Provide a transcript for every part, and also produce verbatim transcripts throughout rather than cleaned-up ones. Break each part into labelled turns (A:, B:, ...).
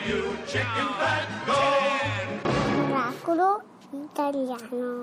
A: you chicken fat, go!
B: Oracolo italiano.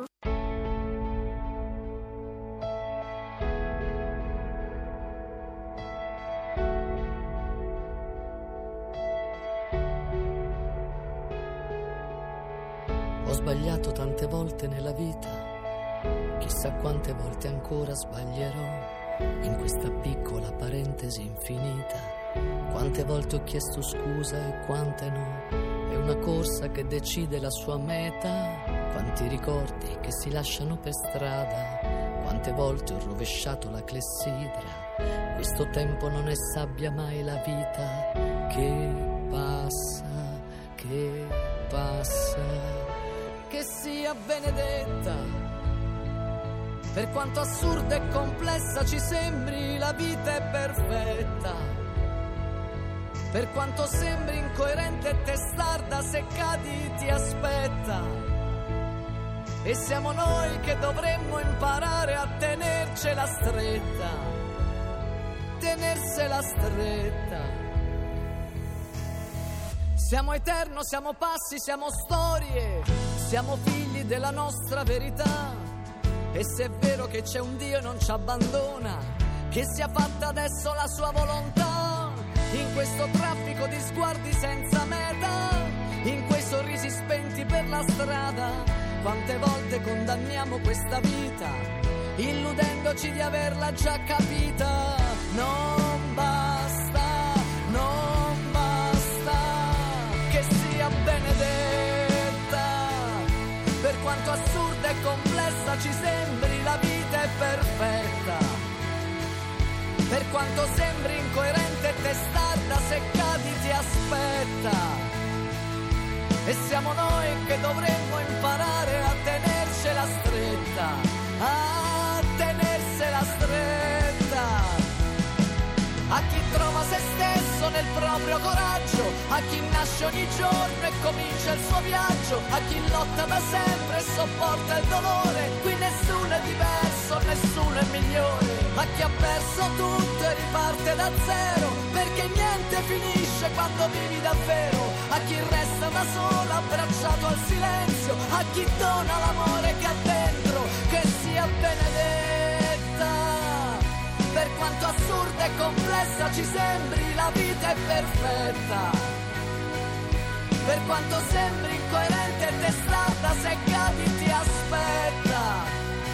C: Ho sbagliato tante volte nella vita, chissà quante volte ancora sbaglierò in questa piccola parentesi infinita. Quante volte ho chiesto scusa e quante no, è una corsa che decide la sua meta. Quanti ricordi che si lasciano per strada, quante volte ho rovesciato la clessidra. Questo tempo non è sabbia mai la vita che passa, che passa. Che sia benedetta, per quanto assurda e complessa ci sembri, la vita è perfetta. Per quanto sembri incoerente e testarda, se cadi ti aspetta. E siamo noi che dovremmo imparare a tenercela stretta, tenersela stretta. Siamo eterno, siamo passi, siamo storie, siamo figli della nostra verità. E se è vero che c'è un Dio e non ci abbandona, che sia fatta adesso la sua volontà. In questo traffico di sguardi senza meta, in quei sorrisi spenti per la strada, quante volte condanniamo questa vita, illudendoci di averla già capita. Non basta, non basta che sia benedetta. Per quanto assurda e complessa ci sembri, la vita è perfetta. Per quanto sembri incoerente e testarda, se cadi ti aspetta. E siamo noi che dovremmo imparare a tenercela stretta, a tenersela stretta. A chi trova se stesso nel proprio coraggio, a chi nasce ogni giorno e comincia il suo viaggio, a chi lotta da sempre e sopporta il dolore. Qui nessuno è diverso, nessuno è migliore. A chi ha perso tutto e riparte da zero, perché niente finisce quando vivi davvero. A chi resta da solo abbracciato al silenzio, a chi dona l'amore che ha dentro, che sia benedetta. Per quanto assurda e complessa ci sembri, la vita è perfetta. Per quanto sembri incoerente e testarda, se cadi ti aspetta.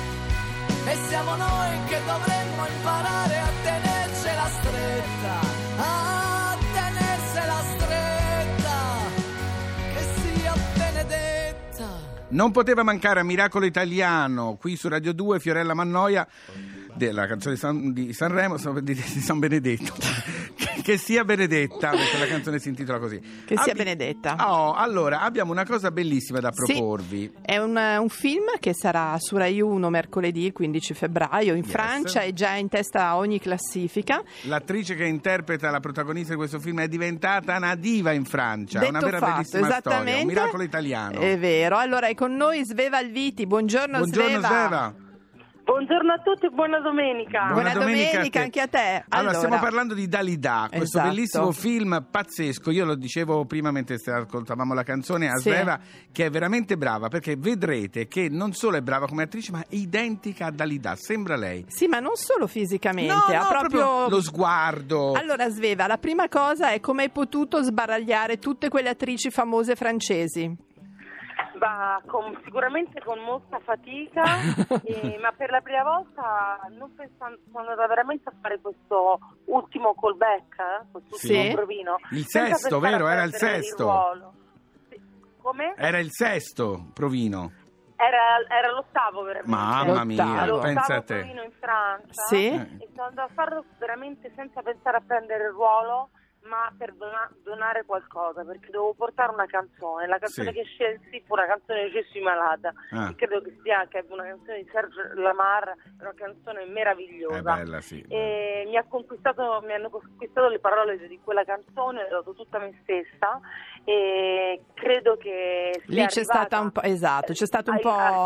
C: E siamo noi che dovremmo imparare a tenercela stretta, a tenersela stretta, che sia benedetta.
D: Non poteva mancare a Miracolo Italiano, qui su Radio due, Fiorella Mannoia, della canzone di, San, di Sanremo, di, di San Benedetto. Che sia benedetta, perché la canzone si intitola così.
E: Che sia
D: Abbi-
E: benedetta.
D: Oh, allora, abbiamo una cosa bellissima da proporvi.
E: Sì, è un, un film che sarà su Rai uno mercoledì quindici febbraio in
D: Yes.
E: Francia, è già in testa a ogni classifica.
D: L'attrice che interpreta la protagonista di questo film è diventata una diva in Francia.
E: Detto
D: una vera
E: fatto,
D: bellissima
E: esattamente,
D: storia, un miracolo italiano.
E: È vero. Allora è con noi Sveva Alviti. Buongiorno,
D: Buongiorno
E: Sveva.
D: Sveva.
F: Buongiorno a tutti e buona domenica.
E: Buona,
D: Buona
E: domenica,
D: domenica
E: anche a te.
D: Allora,
E: Allora,
D: stiamo parlando di Dalida, questo
E: esatto.
D: bellissimo film pazzesco. Io lo dicevo prima mentre ascoltavamo la canzone a
E: Sì.
D: Sveva, che è veramente brava, perché vedrete che non solo è brava come attrice, ma è identica a Dalida, sembra lei.
E: Sì, ma non solo fisicamente,
D: No,
E: ha
D: no,
E: proprio...
D: lo sguardo.
E: Allora Sveva, la prima cosa è come hai potuto sbaragliare tutte quelle attrici famose francesi.
F: Va con, sicuramente con molta fatica, eh, ma per la prima volta non pensando, sono andata veramente a fare questo ultimo callback, eh, questo
D: Sì.
F: ultimo provino.
D: Il
F: senza
D: sesto,
F: pensare
D: vero?
F: a
D: Era il
F: perdere
D: sesto.
F: ruolo. Sì. Come?
D: Era il sesto provino.
F: Era, era l'ottavo veramente.
D: Mamma mia,
E: L'ottavo.
D: pensa a
F: L'ottavo
D: te.
F: provino in Francia.
E: Sì.
F: E sono andata a farlo veramente senza pensare a prendere il ruolo, ma per dona- donare qualcosa, perché dovevo portare una canzone. La canzone
D: Sì.
F: che scelsi fu una canzone di Je suis malade,
D: Ah.
F: che credo che sia che è una canzone di Serge Lamar, una canzone meravigliosa.
D: È bella, sì.
F: E mi ha conquistato, mi hanno conquistato le parole di quella canzone, ho dato tutta me stessa e credo che sia
E: Lì c'è
F: arrivata-
E: stata un po', esatto, c'è stato un
F: ai-
E: po'...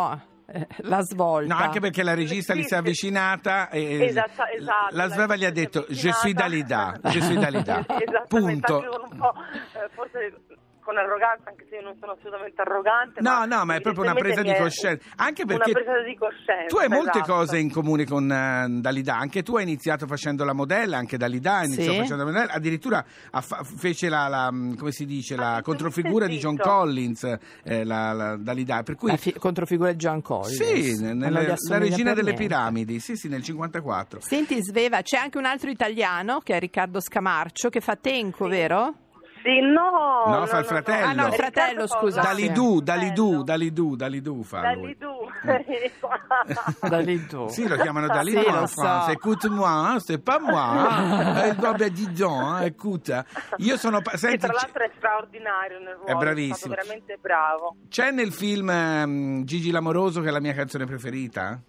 E: eh, la svolta.
D: No, anche perché la regista
F: Sì,
D: gli si è
F: sì.
D: avvicinata e
F: Esatto, esatto,
D: la Sveva gli ha
F: regista
D: detto
F: si è
D: je suis
F: avvicinata.
D: Dalida, je suis Dalida.
F: Esattamente,
D: Punto.
F: anche con un po', eh, forse con arroganza, anche se io non sono assolutamente arrogante.
D: No, no, ma è proprio una presa di
F: evidentemente
D: coscienza. Anche
F: mi è
D: perché
F: una presa di coscienza.
D: tu hai molte
F: esatto.
D: cose in comune con uh, Dalida. Anche tu hai iniziato facendo la modella, anche Dalida iniziò
E: Sì.
D: facendo la modella. Addirittura ha fa- fece la, la, come si dice,
F: Ma
D: la
F: tutto
D: controfigura di John
F: zitto.
D: Collins, eh, la, la Dalida. Per cui
E: La fi- controfigura di John Collins.
D: sì,
E: Non
D: nelle-
E: gli
D: la
E: assomiglia
D: regina
E: per
D: delle
E: niente.
D: piramidi, sì, sì, nel cinquantaquattro.
E: Senti Sveva, c'è anche un altro italiano che è Riccardo Scamarcio che fa Tenco, vero?
F: Sì, no.
D: No, fa il fratello.
E: Ah, no, il fratello,
F: Riccardo
E: scusa.
F: Cosa?
D: Dalidù,
F: Il
D: Dalidù,
F: fratello.
D: Dalidù, Dalidù fa lui.
F: Dalidù.
E: Dalidù.
D: Sì, lo chiamano Dalidù
E: Sì,
D: in
E: lo
D: France.
E: so.
D: Écoute-moi, c'est pas moi. Eh, vabbè, dis donc, eh, écoute. Io sono... pa-
F: Che
D: Senti,
F: tra l'altro è straordinario nel ruolo.
D: È bravissimo.
F: È stato veramente bravo.
D: c'è nel film ehm, Gigi L'Amoroso, che è la mia canzone preferita?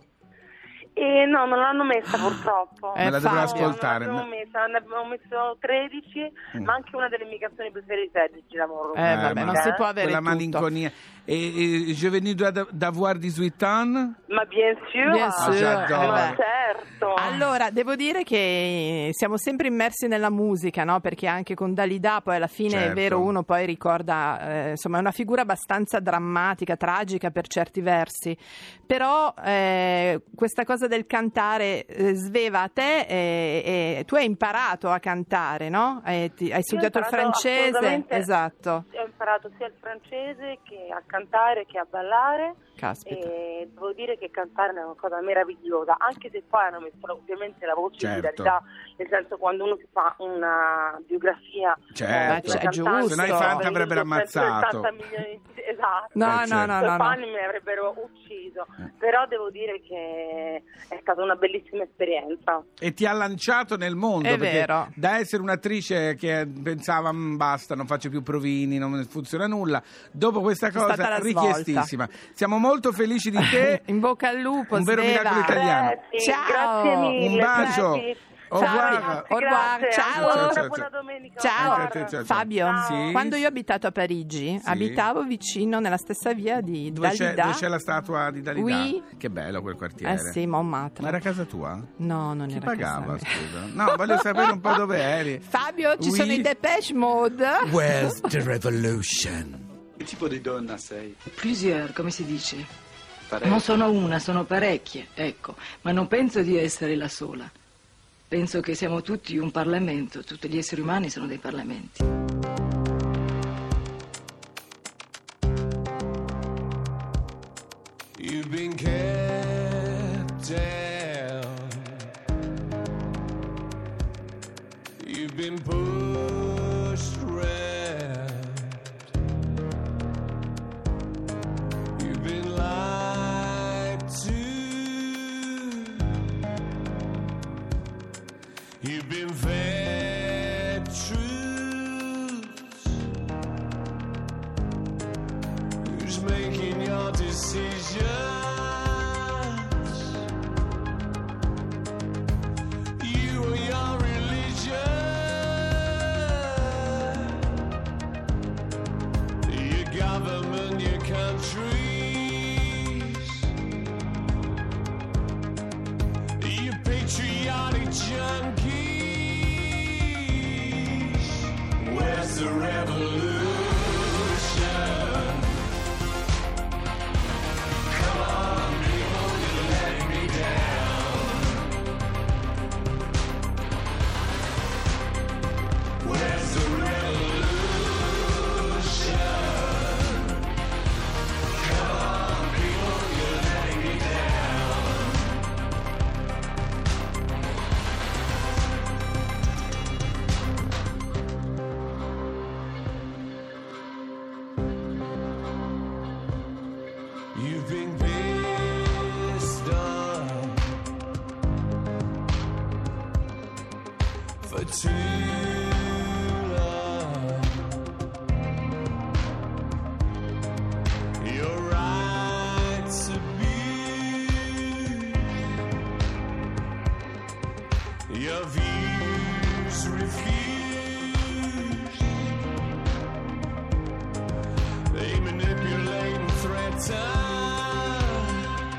F: E no, non l'hanno messa purtroppo.
E: Eh,
D: Me la dovrò
E: Fabio.
D: ascoltare.
F: Non l'abbiamo messa, ne abbiamo messo tredici,
D: Mm.
F: ma anche una delle mie canzoni preferite è Gigi L'Amoroso.
E: Eh, vabbè, non si può avere
D: Quella
E: tutto.
D: malinconia. E, e Je venu d'av- d'avoir diciotto ans?
F: Ma bien sûr,
E: Bien
D: Ah,
E: sûr,
D: j'adore.
E: eh
F: ma
E: beh.
F: certo.
E: Allora, devo dire che siamo sempre immersi nella musica, no? Perché anche con Dalida poi alla fine
D: Certo.
E: è vero, uno poi ricorda, eh, insomma è una figura abbastanza drammatica, tragica per certi versi, però eh, questa cosa del cantare, eh, Sveva, a te, eh, eh, tu hai imparato a cantare, no? Eh, ti- hai studiato il
F: imparato
E: francese,
F: assolutamente-
E: esatto,
F: Ho imparato sia il francese che a cantare che a ballare.
E: caspita.
F: E devo dire che cantare è una cosa meravigliosa, anche se poi hanno messo ovviamente la voce
D: Certo.
F: di Dalida, nel senso quando uno si fa una biografia
D: Certo.
F: di una
E: È
F: cantante,
E: giusto. Se no i fan ti
D: avrebbero ammazzato.
F: centosettanta milioni di... esatto.
E: No,
D: Eh,
E: no,
D: certo.
E: no,
F: I
E: no, no.
F: fan mi avrebbero ucciso, però devo dire che è stata una bellissima esperienza.
D: E ti ha lanciato nel mondo,
E: È
D: perché
E: vero.
D: da essere un'attrice che pensava "Mm, basta, non faccio più provini, non funziona nulla", dopo questa
E: C'è stata
D: cosa
E: la
D: richiestissima. Siamo molto felici di te.
E: In bocca al lupo,
D: Un vero
E: Sveva.
D: miracolo italiano.
F: Grazie,
E: Ciao.
F: grazie mille.
D: Un bacio.
F: grazie.
D: Au
E: Fabio,
D: revoir.
E: au revoir,
F: Grazie,
E: ciao.
F: ancora
D: Ciao, ciao,
F: buona
D: ciao.
F: domenica.
E: Ciao.
F: Au revoir.
D: Ciao, ciao, ciao.
E: Fabio,
D: Sì.
E: quando io ho abitato a Parigi,
D: Sì.
E: abitavo vicino nella stessa via di
D: Dove c'è,
E: Dalida.
D: dove c'è la statua di Dalida?
E: Oui.
D: Che bello quel quartiere.
E: Eh sì, Montmartre.
D: Ma era casa tua?
E: No, non
D: Chi
E: era
D: pagava,
E: casa mia.
D: scusa? No, voglio sapere un po' dove eri.
E: Fabio, ci
D: Oui.
E: sono i Depeche Mode.
D: Where's the revolution?
G: Che tipo di donna sei?
H: Plusieurs, come si dice?
G: Parecchio.
H: Non sono una, sono parecchie, ecco. Ma non penso di essere la sola. Penso che siamo tutti un Parlamento, tutti gli esseri umani sono dei Parlamenti.
A: You've been kept down. You've been pushed around. You've been lied to. You've been fed truths. Who's making your decisions? You or your religion? Your government, your countries? You patriotic junkies? Where's the revolution? Come on, people, you're letting me down. Where's the revolution? Come on, people, you're letting me down. You've been pissed off for too long. Your rights abused, your views refused. They manipulate and threaten.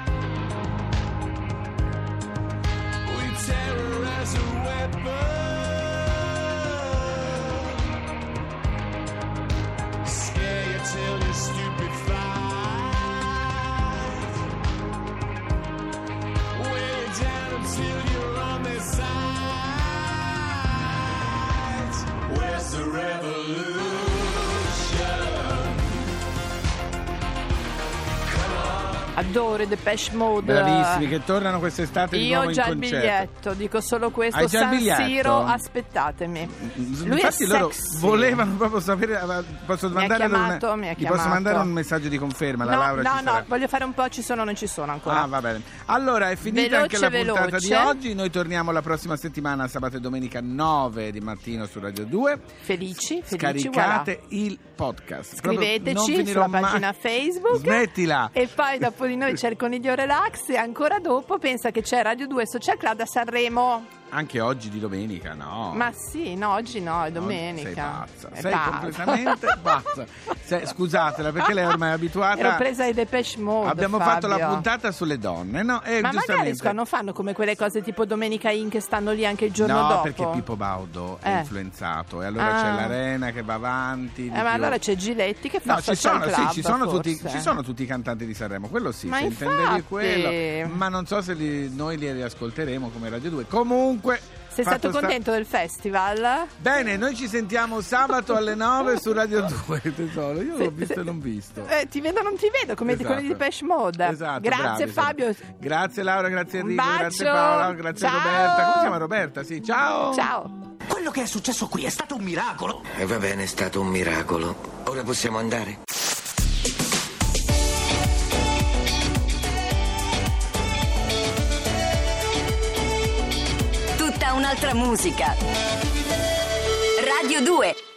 E: Adoro i Depeche Mode.
D: Bravissimi, che tornano quest'estate di
E: Io
D: nuovo
E: ho già
D: in
E: il
D: concerto.
E: biglietto, dico solo questo.
D: Hai già il
E: San
D: biglietto?
E: Siro, aspettatemi. Lui
D: Infatti
E: è
D: loro
E: sexy.
D: volevano proprio sapere, posso
E: Mi ha
D: mandare
E: chiamato,
D: una-
E: mi ha
D: gli
E: chiamato.
D: posso mandare un messaggio di conferma, la
E: No,
D: Laura
E: no,
D: ci
E: no,
D: sarà.
E: voglio fare un po' ci sono o non ci sono ancora.
D: Ah, va bene. Allora, è finita
E: Veloce,
D: anche la puntata
E: veloce.
D: di oggi. Noi torniamo la prossima settimana, sabato e domenica nove di mattino su Radio due.
E: Felici, felici,
D: Scaricate il podcast. Proprio non
E: Scriveteci
D: finirò
E: sulla
D: mai-
E: pagina Facebook.
D: Smettila.
E: E poi dopo di noi c'è il Coniglio Relax e ancora dopo pensa che c'è Radio due Social Club a Sanremo.
D: Anche oggi di domenica, no?
E: Ma sì, no, oggi no, è domenica.
D: Sei pazza,
E: È
D: sei
E: pazza.
D: completamente pazza. Sei- scusatela, perché lei ormai è abituata.
E: Ero presa ai Depeche Mode.
D: Abbiamo
E: Fabio.
D: fatto la puntata sulle donne, no? E
E: Ma magari
D: giustamente...
E: non fanno come quelle cose tipo Domenica In che stanno lì anche il giorno
D: no,
E: dopo.
D: perché Pippo Baudo è
E: Eh.
D: influenzato e allora
E: Ah.
D: c'è l'Arena che va avanti. di
E: Eh, ma
D: più.
E: allora c'è Giletti che fa
D: No, ci
E: Social
D: sono,
E: Club,
D: sì, ci, sono tutti,
E: forse.
D: ci sono tutti i cantanti di Sanremo, quello sì,
E: Ma
D: se
E: infatti.
D: intendevi quello, ma non so se li- noi li riascolteremo come Radio due. Comunque,
E: Sei
D: fatto
E: stato
D: sta-
E: contento del festival?
D: Bene, noi ci sentiamo sabato alle nove su Radio due, tesoro. Io l'ho visto e non visto.
E: Eh, ti vedo o non ti vedo, come
D: Esatto.
E: con i Depeche Mode.
D: Esatto,
E: Grazie
D: bravi,
E: Fabio.
D: esatto. Grazie Laura, grazie
E: Un
D: Enrico,
E: bacio.
D: grazie Paola, grazie
E: Ciao.
D: Roberta. Come si chiama Roberta? Sì, ciao.
E: Ciao.
A: Quello che è successo qui è stato un miracolo.
I: E va bene, è stato un miracolo. Ora possiamo andare?
J: Tutta un'altra musica. Radio due.